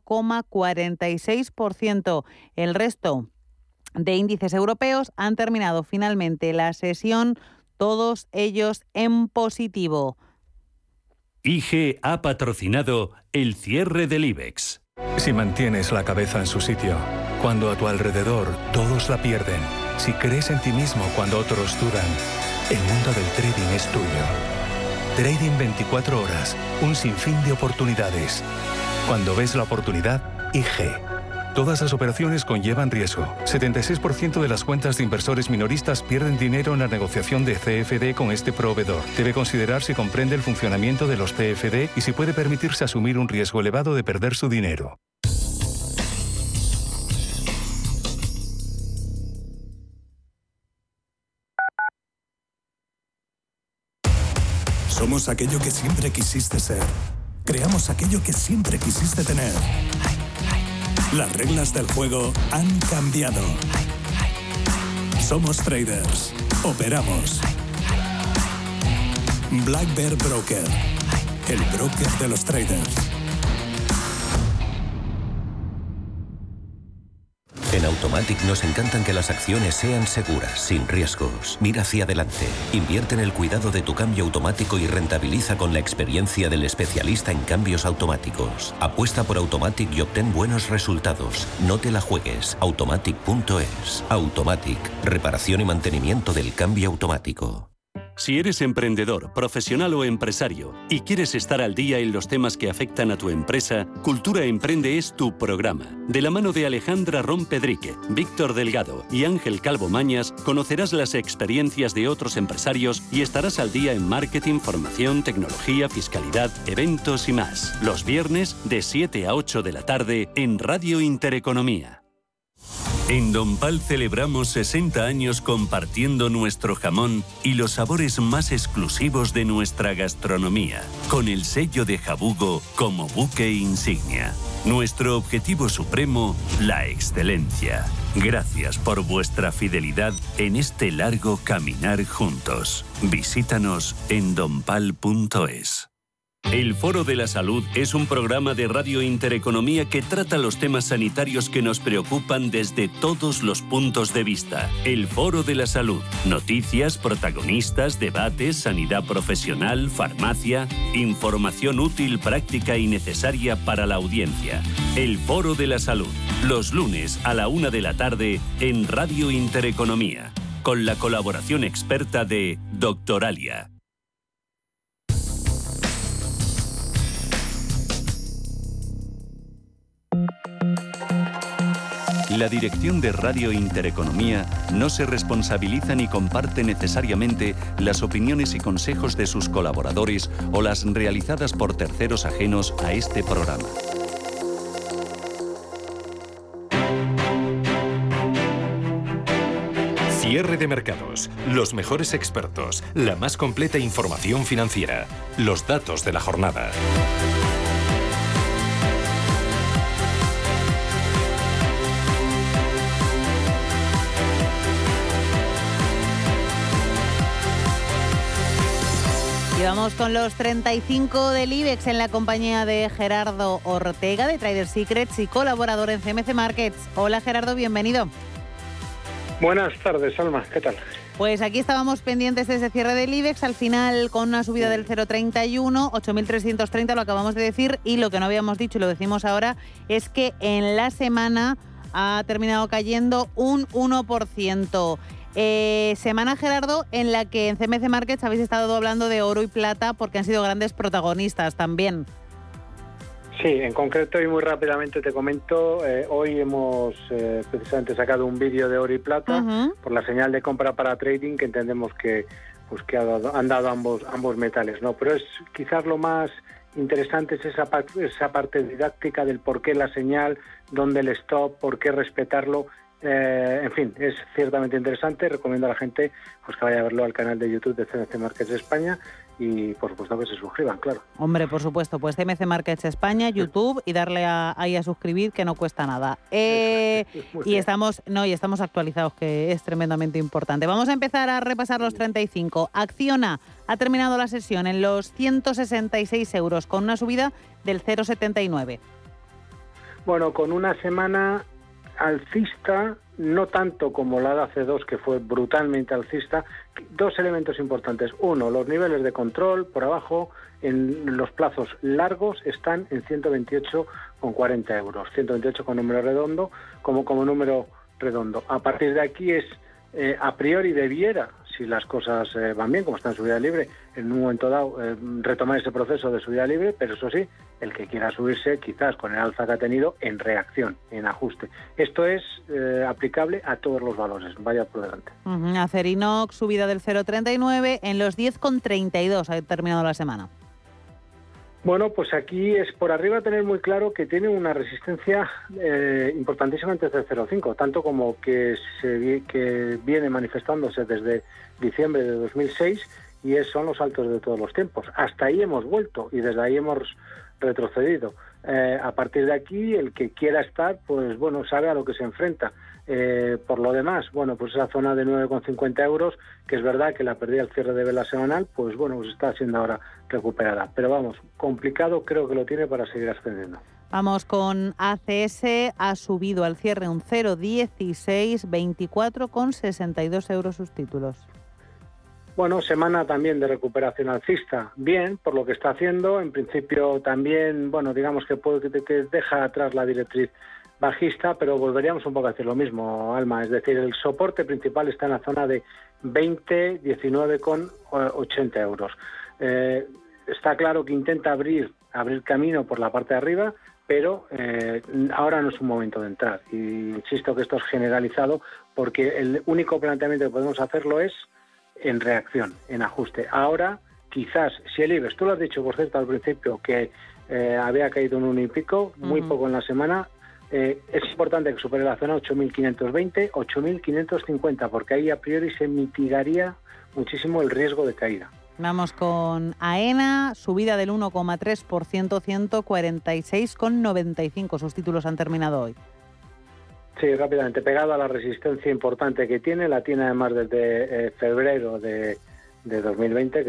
1,46%. El resto de índices europeos han terminado finalmente la sesión, todos ellos en positivo. IG ha patrocinado el cierre del IBEX. Si mantienes la cabeza en su sitio, cuando a tu alrededor todos la pierden, si crees en ti mismo cuando otros dudan, el mundo del trading es tuyo. Trading 24 horas, un sinfín de oportunidades. Cuando ves la oportunidad, IG. Todas las operaciones conllevan riesgo. 76% de las cuentas de inversores minoristas pierden dinero en la negociación de CFD con este proveedor. Debe considerar si comprende el funcionamiento de los CFD y si puede permitirse asumir un riesgo elevado de perder su dinero. Somos aquello que siempre quisiste ser. Creamos aquello que siempre quisiste tener. Las reglas del juego han cambiado. Somos traders. Operamos. Black Bear Broker. El broker de los traders. En Automatic nos encantan que las acciones sean seguras, sin riesgos. Mira hacia adelante. Invierte en el cuidado de tu cambio automático y rentabiliza con la experiencia del especialista en cambios automáticos. Apuesta por Automatic y obtén buenos resultados. No te la juegues. Automatic.es. Automatic. Reparación y mantenimiento del cambio automático. Si eres emprendedor, profesional o empresario y quieres estar al día en los temas que afectan a tu empresa, Cultura Emprende es tu programa. De la mano de Alejandra Rompedrique, Víctor Delgado y Ángel Calvo Mañas, conocerás las experiencias de otros empresarios y estarás al día en marketing, formación, tecnología, fiscalidad, eventos y más. Los viernes de 7 a 8 de la tarde en Radio Intereconomía. En Donpal celebramos 60 años compartiendo nuestro jamón y los sabores más exclusivos de nuestra gastronomía, con el sello de Jabugo como buque insignia. Nuestro objetivo supremo, la excelencia. Gracias por vuestra fidelidad en este largo caminar juntos. Visítanos en donpal.es. El Foro de la Salud es un programa de Radio Intereconomía que trata los temas sanitarios que nos preocupan desde todos los puntos de vista. El Foro de la Salud. Noticias, protagonistas, debates, sanidad profesional, farmacia, información útil, práctica y necesaria para la audiencia. El Foro de la Salud. Los lunes a la 1 de la tarde en Radio Intereconomía. Con la colaboración experta de Doctoralia. La dirección de Radio Intereconomía no se responsabiliza ni comparte necesariamente las opiniones y consejos de sus colaboradores o las realizadas por terceros ajenos a este programa. Cierre de mercados, los mejores expertos, la más completa información financiera, los datos de la jornada. Y vamos con los 35 del IBEX en la compañía de Gerardo Ortega de Trader Secrets y colaborador en CMC Markets. Hola Gerardo, bienvenido. Buenas tardes, Alma, ¿qué tal? Pues aquí estábamos pendientes de ese cierre del IBEX, al final con una subida del 0,31, 8.330, lo acabamos de decir, y lo que no habíamos dicho y lo decimos ahora es que en la semana ha terminado cayendo un 1%. Semana, Gerardo, en la que en CMC Markets habéis estado hablando de oro y plata porque han sido grandes protagonistas también. Sí, en concreto y muy rápidamente te comento, hoy hemos precisamente sacado un vídeo de oro y plata por la señal de compra para trading que entendemos que han dado ambos metales, ¿no? Pero es quizás lo más interesante es esa parte didáctica del por qué la señal, dónde el stop, por qué respetarlo. En fin, es ciertamente interesante. Recomiendo a la gente pues que vaya a verlo al canal de YouTube de CMC Markets España y por supuesto que se suscriban, claro. Hombre, por supuesto, pues CMC Markets España, YouTube y darle ahí a suscribir que no cuesta nada. Y estamos actualizados, que es tremendamente importante. Vamos a empezar a repasar los 35. Acciona ha terminado la sesión en los 166 euros con una subida del 0,79. Bueno, con una semana alcista, no tanto como la de hace dos, que fue brutalmente alcista. Dos elementos importantes. Uno, los niveles de control por abajo en los plazos largos están en 128,40 euros. 128 con número redondo, como número redondo. A partir de aquí es, a priori debiera, si las cosas van bien, como está en subida libre, en un momento dado retomar ese proceso de subida libre, pero eso sí, el que quiera subirse quizás con el alza que ha tenido en reacción, en ajuste. Esto es aplicable a todos los valores, vaya por delante. Acerinox, subida del 0,39 en los 10,32 ha terminado la semana. Bueno, pues aquí es por arriba tener muy claro que tiene una resistencia importantísima antes del 0,5, tanto como que viene manifestándose desde diciembre de 2006 y son los altos de todos los tiempos. Hasta ahí hemos vuelto y desde ahí hemos retrocedido. A partir de aquí, el que quiera estar, pues bueno, sabe a lo que se enfrenta. Por lo demás, bueno, pues esa zona de 9,50 euros, que es verdad que la pérdida al cierre de vela semanal, pues bueno, pues está siendo ahora recuperada. Pero vamos, complicado creo que lo tiene para seguir ascendiendo. Vamos con ACS, ha subido al cierre un 0,16, 24,62 euros sus títulos. Bueno, semana también de recuperación alcista. Bien, por lo que está haciendo. En principio también, bueno, digamos que deja atrás la directriz bajista, pero volveríamos un poco a decir lo mismo, Alma. Es decir, el soporte principal está en la zona de 19,80 euros. Está claro que intenta abrir camino por la parte de arriba, pero ahora no es un momento de entrar. Y insisto que esto es generalizado porque el único planteamiento que podemos hacerlo es en reacción, en ajuste. Ahora, quizás, si el IBEX, tú lo has dicho, por cierto, al principio, que había caído un 1 y pico, muy poco en la semana, es importante que supere la zona 8.520, 8.550, porque ahí a priori se mitigaría muchísimo el riesgo de caída. Vamos con AENA, subida del 1,3%, 146,95. Sus títulos han terminado hoy. Sí, rápidamente, pegado a la resistencia importante que tiene, la tiene además desde febrero de 2020,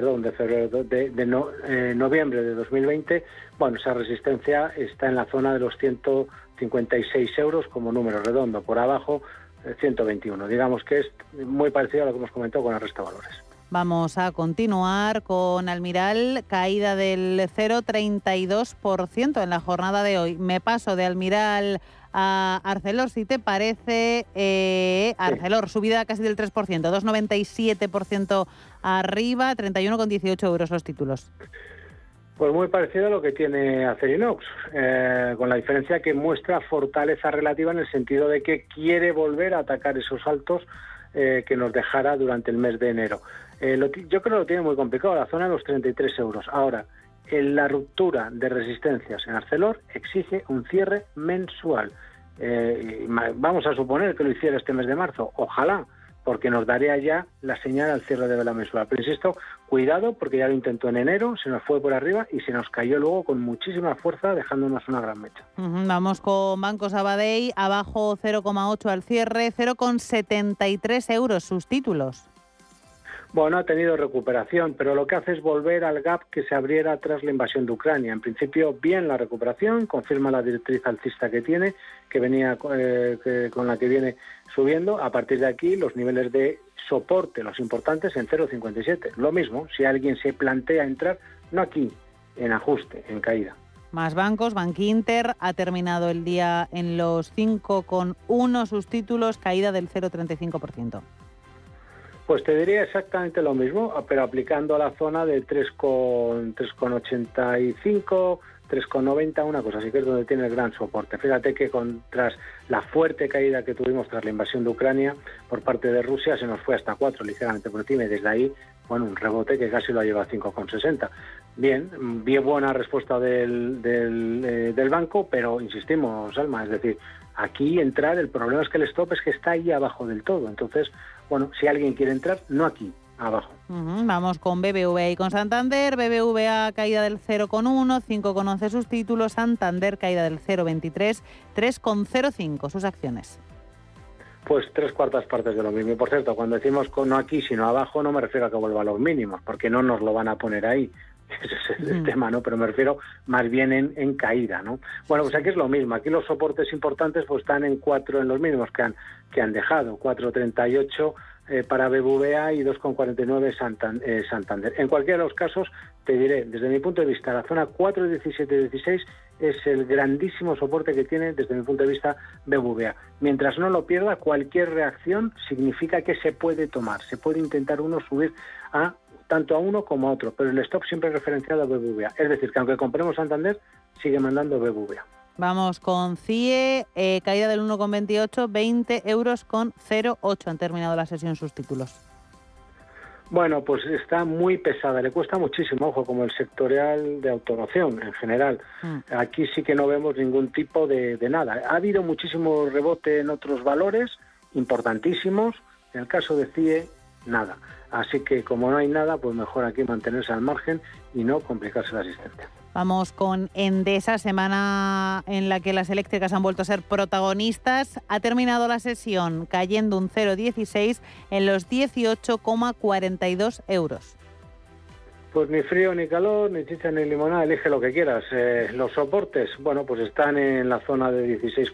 noviembre de 2020. Bueno, esa resistencia está en la zona de los 156 euros como número redondo, por abajo 121. Digamos que es muy parecido a lo que hemos comentado con el resto de valores. Vamos a continuar con Almiral, caída del 0,32% en la jornada de hoy. Me paso de Almiral a Arcelor, si te parece. Arcelor, subida casi del 3%, 2,97% arriba, 31,18 euros los títulos. Pues muy parecido a lo que tiene Acerinox, con la diferencia que muestra fortaleza relativa en el sentido de que quiere volver a atacar esos altos que nos dejara durante el mes de enero. Yo creo que lo tiene muy complicado, la zona de los 33 euros. Ahora, la ruptura de resistencias en Arcelor exige un cierre mensual. Vamos a suponer que lo hiciera este mes de marzo, ojalá, porque nos daría ya la señal al cierre de vela mensual. Pero insisto, cuidado, porque ya lo intentó en enero, se nos fue por arriba y se nos cayó luego con muchísima fuerza, dejándonos una gran mecha. Vamos con Banco Sabadell, abajo 0,8 al cierre, 0,73 euros sus títulos. Bueno, ha tenido recuperación, pero lo que hace es volver al gap que se abriera tras la invasión de Ucrania. En principio, bien la recuperación, confirma la directriz alcista que tiene, que venía con la que viene subiendo. A partir de aquí, los niveles de soporte, los importantes, en 0,57. Lo mismo, si alguien se plantea entrar, no aquí, en ajuste, en caída. Más bancos, Bankinter ha terminado el día en los 5,1 sus títulos, caída del 0,35%. Pues te diría exactamente lo mismo, pero aplicando a la zona de 3,85, 3,90, una cosa así, que es donde tiene el gran soporte. Fíjate que tras la fuerte caída que tuvimos tras la invasión de Ucrania por parte de Rusia, se nos fue hasta 4, ligeramente por encima, y desde ahí, bueno, un rebote que casi lo lleva a 5,60. Bien buena respuesta del banco, pero insistimos, Alma, es decir, aquí entrar, el problema es que el stop es que está ahí abajo del todo. Entonces, bueno, si alguien quiere entrar, no aquí, abajo. Vamos con BBVA y con Santander. BBVA caída del 0,1, 5,11 sus títulos. Santander caída del 0,23, 3,05 sus acciones. Pues 3/4 partes de lo mismo. Y por cierto, cuando decimos no aquí, sino abajo, no me refiero a que vuelva a los mínimos, porque no nos lo van a poner ahí. Ese es el tema, ¿no? Pero me refiero más bien en caída, ¿no? Bueno, pues aquí es lo mismo. Aquí los soportes importantes pues están en 4 en los mínimos que han dejado. 4,38 para BBVA y 2,49 Santander. En cualquiera de los casos, te diré, desde mi punto de vista, la zona 4,17-16 es el grandísimo soporte que tiene, desde mi punto de vista, BBVA. Mientras no lo pierda, cualquier reacción significa que se puede tomar, se puede intentar uno subir tanto a uno como a otro, pero el stop siempre es referenciado a BBVA. Es decir, que aunque compremos Santander, sigue mandando BBVA. Vamos con CIE, caída del 1,28, 20,08 han terminado la sesión sus títulos. Bueno, pues está muy pesada, le cuesta muchísimo, ojo, como el sectorial de automoción en general. Aquí sí que no vemos ningún tipo de nada. Ha habido muchísimo rebote en otros valores importantísimos, en el caso de CIE, nada. Así que como no hay nada, pues mejor aquí mantenerse al margen y no complicarse la asistencia. Vamos con Endesa, semana en la que las eléctricas han vuelto a ser protagonistas. Ha terminado la sesión cayendo un 0,16 en los 18,42 euros. Pues ni frío ni calor, ni chicha ni limonada, elige lo que quieras. Los soportes, bueno, pues están en la zona de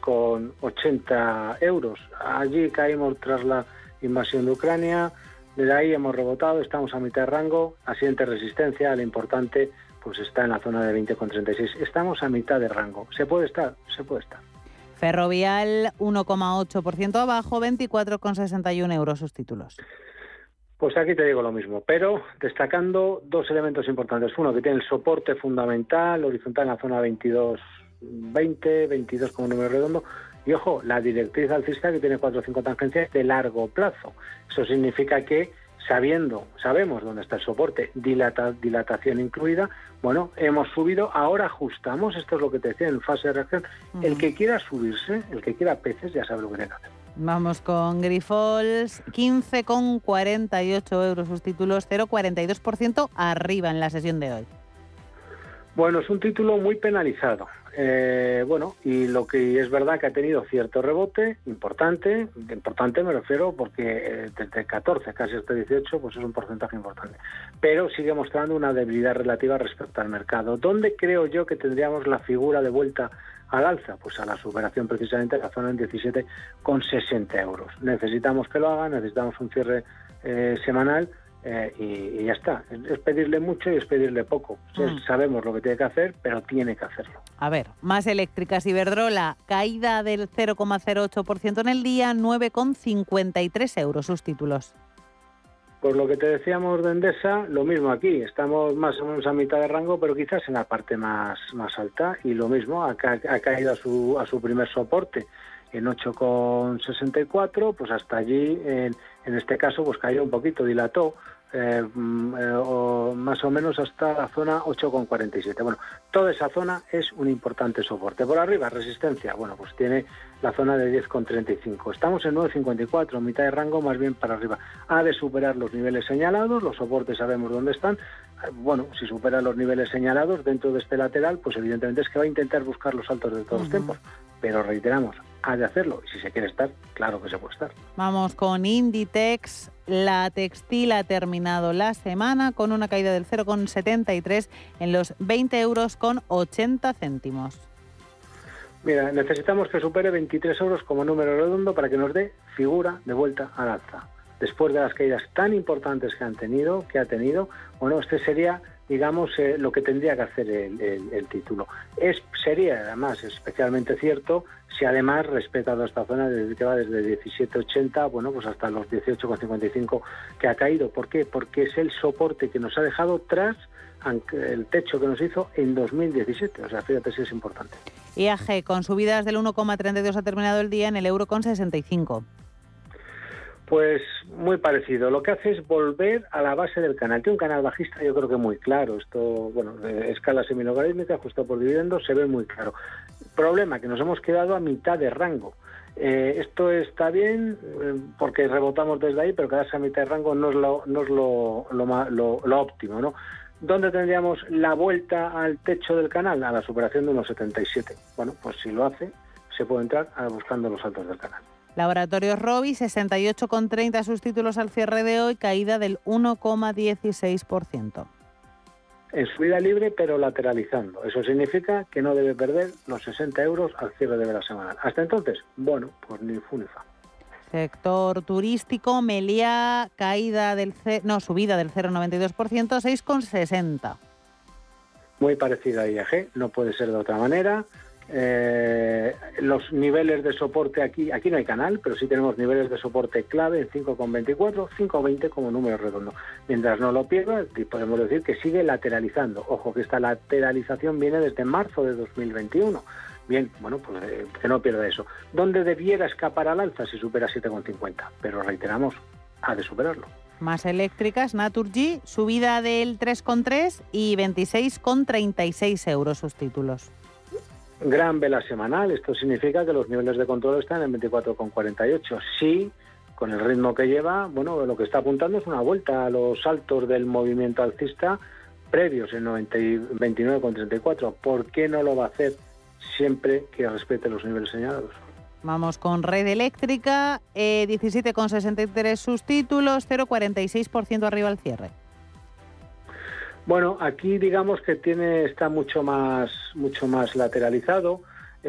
16,80 euros. Allí caímos tras la invasión de Ucrania, desde ahí hemos rebotado, estamos a mitad de rango. La siguiente resistencia, la importante, pues está en la zona de 20,36. Estamos a mitad de rango. ¿Se puede estar? Se puede estar. Ferrovial, 1,8% abajo, 24,61 euros sus títulos. Pues aquí te digo lo mismo, pero destacando dos elementos importantes. Uno, que tiene el soporte fundamental, horizontal en la zona 22,20, 22 como número redondo. Y ojo, la directriz alcista que tiene 4 o 5 tangencias de largo plazo. Eso significa que sabemos dónde está el soporte, dilatación incluida, bueno, hemos subido, ahora ajustamos, esto es lo que te decía en fase de reacción. El que quiera subirse, el que quiera peces, ya sabe lo que tiene que hacer. Vamos con Grifols, 15,48 euros sus títulos, 0,42% arriba en la sesión de hoy. Bueno, es un título muy penalizado. Y lo que es verdad que ha tenido cierto rebote importante me refiero porque desde 14 casi hasta 18 pues es un porcentaje importante, pero sigue mostrando una debilidad relativa respecto al mercado. ¿Dónde creo yo que tendríamos la figura de vuelta al alza? Pues a la superación precisamente de la zona en 17,60 euros. Necesitamos que lo haga, necesitamos un cierre semanal. Y ya está, es pedirle mucho y es pedirle poco. Sabemos lo que tiene que hacer, pero tiene que hacerlo. A ver, más eléctricas. Iberdrola, caída del 0,08% en el día, 9,53 euros sus títulos. Por lo que te decíamos de Endesa, lo mismo aquí, estamos más o menos a mitad de rango, pero quizás en la parte más alta, y lo mismo, ha caído a su primer soporte en 8,64, pues hasta allí, en este caso, pues cayó un poquito, dilató, o más o menos hasta la zona 8,47. Bueno, toda esa zona es un importante soporte. Por arriba, resistencia, bueno, pues tiene la zona de 10,35. Estamos en 9,54, mitad de rango, más bien para arriba. Ha de superar los niveles señalados, los soportes sabemos dónde están. Bueno, si supera los niveles señalados dentro de este lateral, pues evidentemente es que va a intentar buscar los altos de todos los tiempos. Pero reiteramos, ha de hacerlo. Y si se quiere estar, claro que se puede estar. Vamos con Inditex. La textil ha terminado la semana con una caída del 0,73 en los 20,80 euros. Mira, necesitamos que supere 23 euros como número redondo para que nos dé figura de vuelta al alza. Después de las caídas tan importantes que ha tenido, bueno, este sería, digamos, lo que tendría que hacer el título. Sería, además, especialmente cierto si además respetado esta zona que va desde 17,80, bueno, pues hasta los 18,55 que ha caído. ¿Por qué? Porque es el soporte que nos ha dejado tras el techo que nos hizo en 2017. O sea, fíjate si es importante. IAG, con subidas del 1,32 ha terminado el día en el euro con 65. Pues muy parecido. Lo que hace es volver a la base del canal. Tiene un canal bajista, yo creo que muy claro. Esto, bueno, escala semilogarítmica, ajustado por dividendos, se ve muy claro. Problema, que nos hemos quedado a mitad de rango. Esto está bien porque rebotamos desde ahí, pero quedarse a mitad de rango no es lo óptimo, ¿no? ¿Dónde tendríamos la vuelta al techo del canal? A la superación de unos 77. Bueno, pues si lo hace, se puede entrar buscando los altos del canal. Laboratorios Rovi, 68,30 sus títulos al cierre de hoy, caída del 1,16%. En subida libre, pero lateralizando. Eso significa que no debe perder los 60 euros al cierre de la semana. Hasta entonces, bueno, pues ni fu ni fa. Sector turístico, Meliá, subida del 0,92%, 6,60. Muy parecida a IAG, no puede ser de otra manera. Los niveles de soporte aquí no hay canal, pero sí tenemos niveles de soporte clave en 5,24, 5,20 como número redondo. Mientras no lo pierda, podemos decir que sigue lateralizando. Ojo que esta lateralización viene desde marzo de 2021. Bien, bueno, pues que no pierda eso. ¿Dónde debiera escapar al alza si supera 7,50? Pero reiteramos, ha de superarlo. Más eléctricas, Naturgy, subida del 3,3 y 26,36 euros sus títulos. Gran vela semanal, esto significa que los niveles de control están en 24,48. Sí, con el ritmo que lleva, bueno, lo que está apuntando es una vuelta a los altos del movimiento alcista previos en 29,34. ¿Por qué no lo va a hacer siempre que respete los niveles señalados? Vamos con Red Eléctrica, 17,63 sus títulos, 0,46% arriba al cierre. Bueno, aquí digamos que está mucho más lateralizado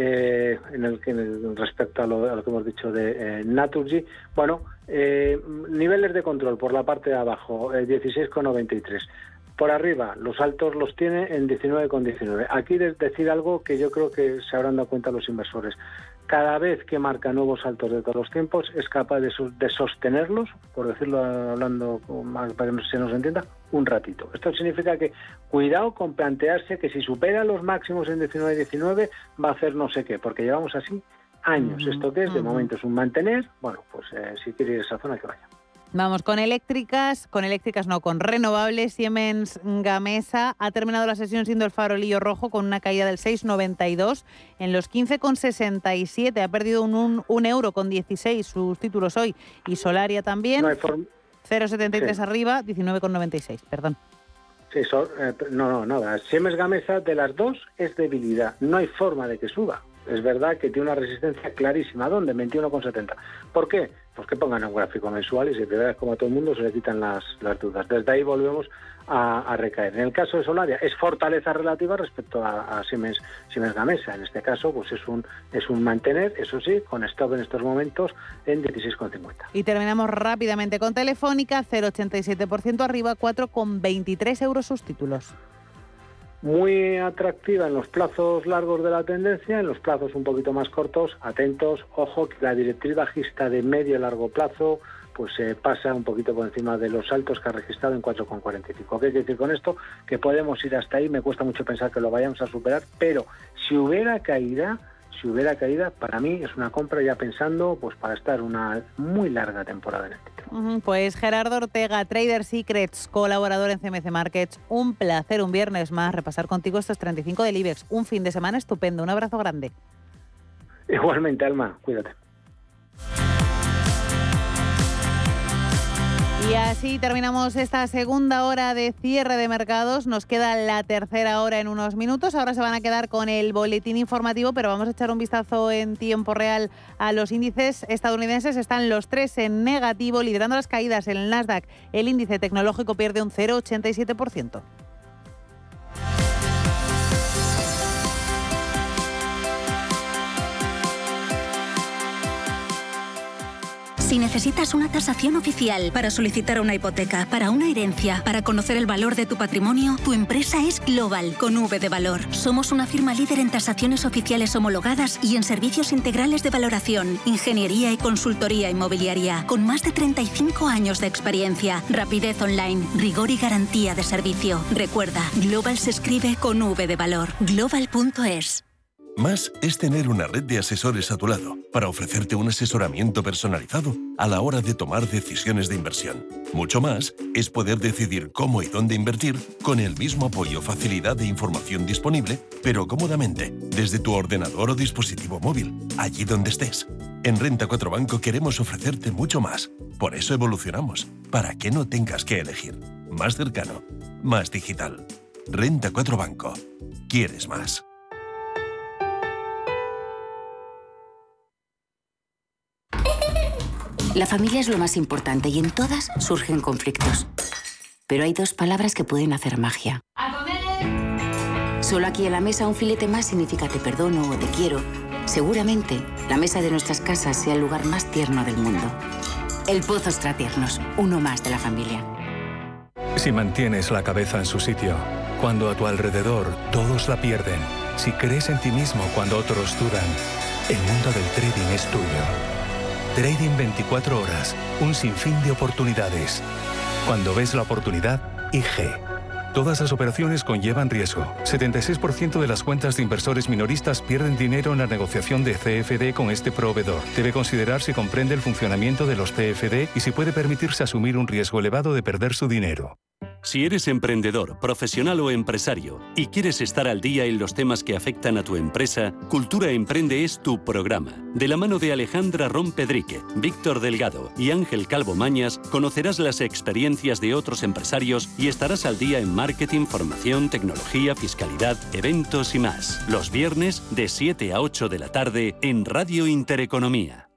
respecto a lo que hemos dicho de Naturgy. Bueno, niveles de control por la parte de abajo, 16,93. Por arriba, los altos los tiene en 19,19. Aquí decir algo que yo creo que se habrán dado cuenta los inversores. Cada vez que marca nuevos altos de todos los tiempos, es capaz de sostenerlos, por decirlo hablando más para que se nos entienda, un ratito. Esto significa que cuidado con plantearse que si supera los máximos en 19,19 va a hacer no sé qué, porque llevamos así años. Esto que es, de momento es un mantener, bueno, pues si quiere ir a esa zona que vaya. Vamos con con renovables. Siemens Gamesa ha terminado la sesión siendo el farolillo rojo con una caída del 6,92 en los 15,67. Ha perdido un euro con 16 sus títulos hoy. Y Solaria también, 0,73 sí. Arriba, 19,96, perdón. Sí, nada. Siemens Gamesa de las dos es debilidad. No hay forma de que suba. Es verdad que tiene una resistencia clarísima. ¿Dónde? 21,70. ¿Por qué? Pues que pongan un gráfico mensual y si te ves como a todo el mundo se le quitan las dudas. Desde ahí volvemos a recaer. En el caso de Solaria es fortaleza relativa respecto a Siemens Gamesa. En este caso pues es un mantener, eso sí, con stop en estos momentos en 16,50. Y terminamos rápidamente con Telefónica, 0,87% arriba, 4,23 euros sus títulos. Muy atractiva en los plazos largos de la tendencia, en los plazos un poquito más cortos, atentos, ojo que la directriz bajista de medio y largo plazo pues pasa un poquito por encima de los altos que ha registrado en 4,45. ¿Qué quiere decir con esto? Que podemos ir hasta ahí, me cuesta mucho pensar que lo vayamos a superar, pero si hubiera caída, para mí es una compra ya pensando pues para estar una muy larga temporada en el título. Pues Gerardo Ortega, Trader Secrets, colaborador en CMC Markets. Un placer un viernes más repasar contigo estos 35 del IBEX. Un fin de semana estupendo. Un abrazo grande. Igualmente, Alma. Cuídate. Y así terminamos esta segunda hora de cierre de mercados. Nos queda la tercera hora en unos minutos. Ahora se van a quedar con el boletín informativo, pero vamos a echar un vistazo en tiempo real a los índices estadounidenses. Están los tres en negativo, liderando las caídas en el Nasdaq. El índice tecnológico pierde un 0,87%. Si necesitas una tasación oficial para solicitar una hipoteca, para una herencia, para conocer el valor de tu patrimonio, tu empresa es Global, con V de valor. Somos una firma líder en tasaciones oficiales homologadas y en servicios integrales de valoración, ingeniería y consultoría inmobiliaria, con más de 35 años de experiencia, rapidez online, rigor y garantía de servicio. Recuerda, Global se escribe con V de valor. Global.es. Más es tener una red de asesores a tu lado para ofrecerte un asesoramiento personalizado a la hora de tomar decisiones de inversión. Mucho más es poder decidir cómo y dónde invertir con el mismo apoyo, facilidad e información disponible, pero cómodamente, desde tu ordenador o dispositivo móvil, allí donde estés. En Renta 4 Banco queremos ofrecerte mucho más. Por eso evolucionamos, para que no tengas que elegir. Más cercano, más digital. Renta 4 Banco. ¿Quieres más? La familia es lo más importante y en todas surgen conflictos. Pero hay dos palabras que pueden hacer magia. ¡A comer! Solo aquí en la mesa un filete más significa te perdono o te quiero. Seguramente la mesa de nuestras casas sea el lugar más tierno del mundo. El Pozo Extratiernos, uno más de la familia. Si mantienes la cabeza en su sitio, cuando a tu alrededor todos la pierden, si crees en ti mismo cuando otros dudan, el mundo del trading es tuyo. Trading 24 horas, un sinfín de oportunidades. Cuando ves la oportunidad, IG. Todas las operaciones conllevan riesgo. 76% de las cuentas de inversores minoristas pierden dinero en la negociación de CFD con este proveedor. Debe considerar si comprende el funcionamiento de los CFD y si puede permitirse asumir un riesgo elevado de perder su dinero. Si eres emprendedor, profesional o empresario y quieres estar al día en los temas que afectan a tu empresa, Cultura Emprende es tu programa. De la mano de Alejandra Rompedrique, Víctor Delgado y Ángel Calvo Mañas, conocerás las experiencias de otros empresarios y estarás al día en marketing, formación, tecnología, fiscalidad, eventos y más. Los viernes de 7 a 8 de la tarde en Radio Intereconomía.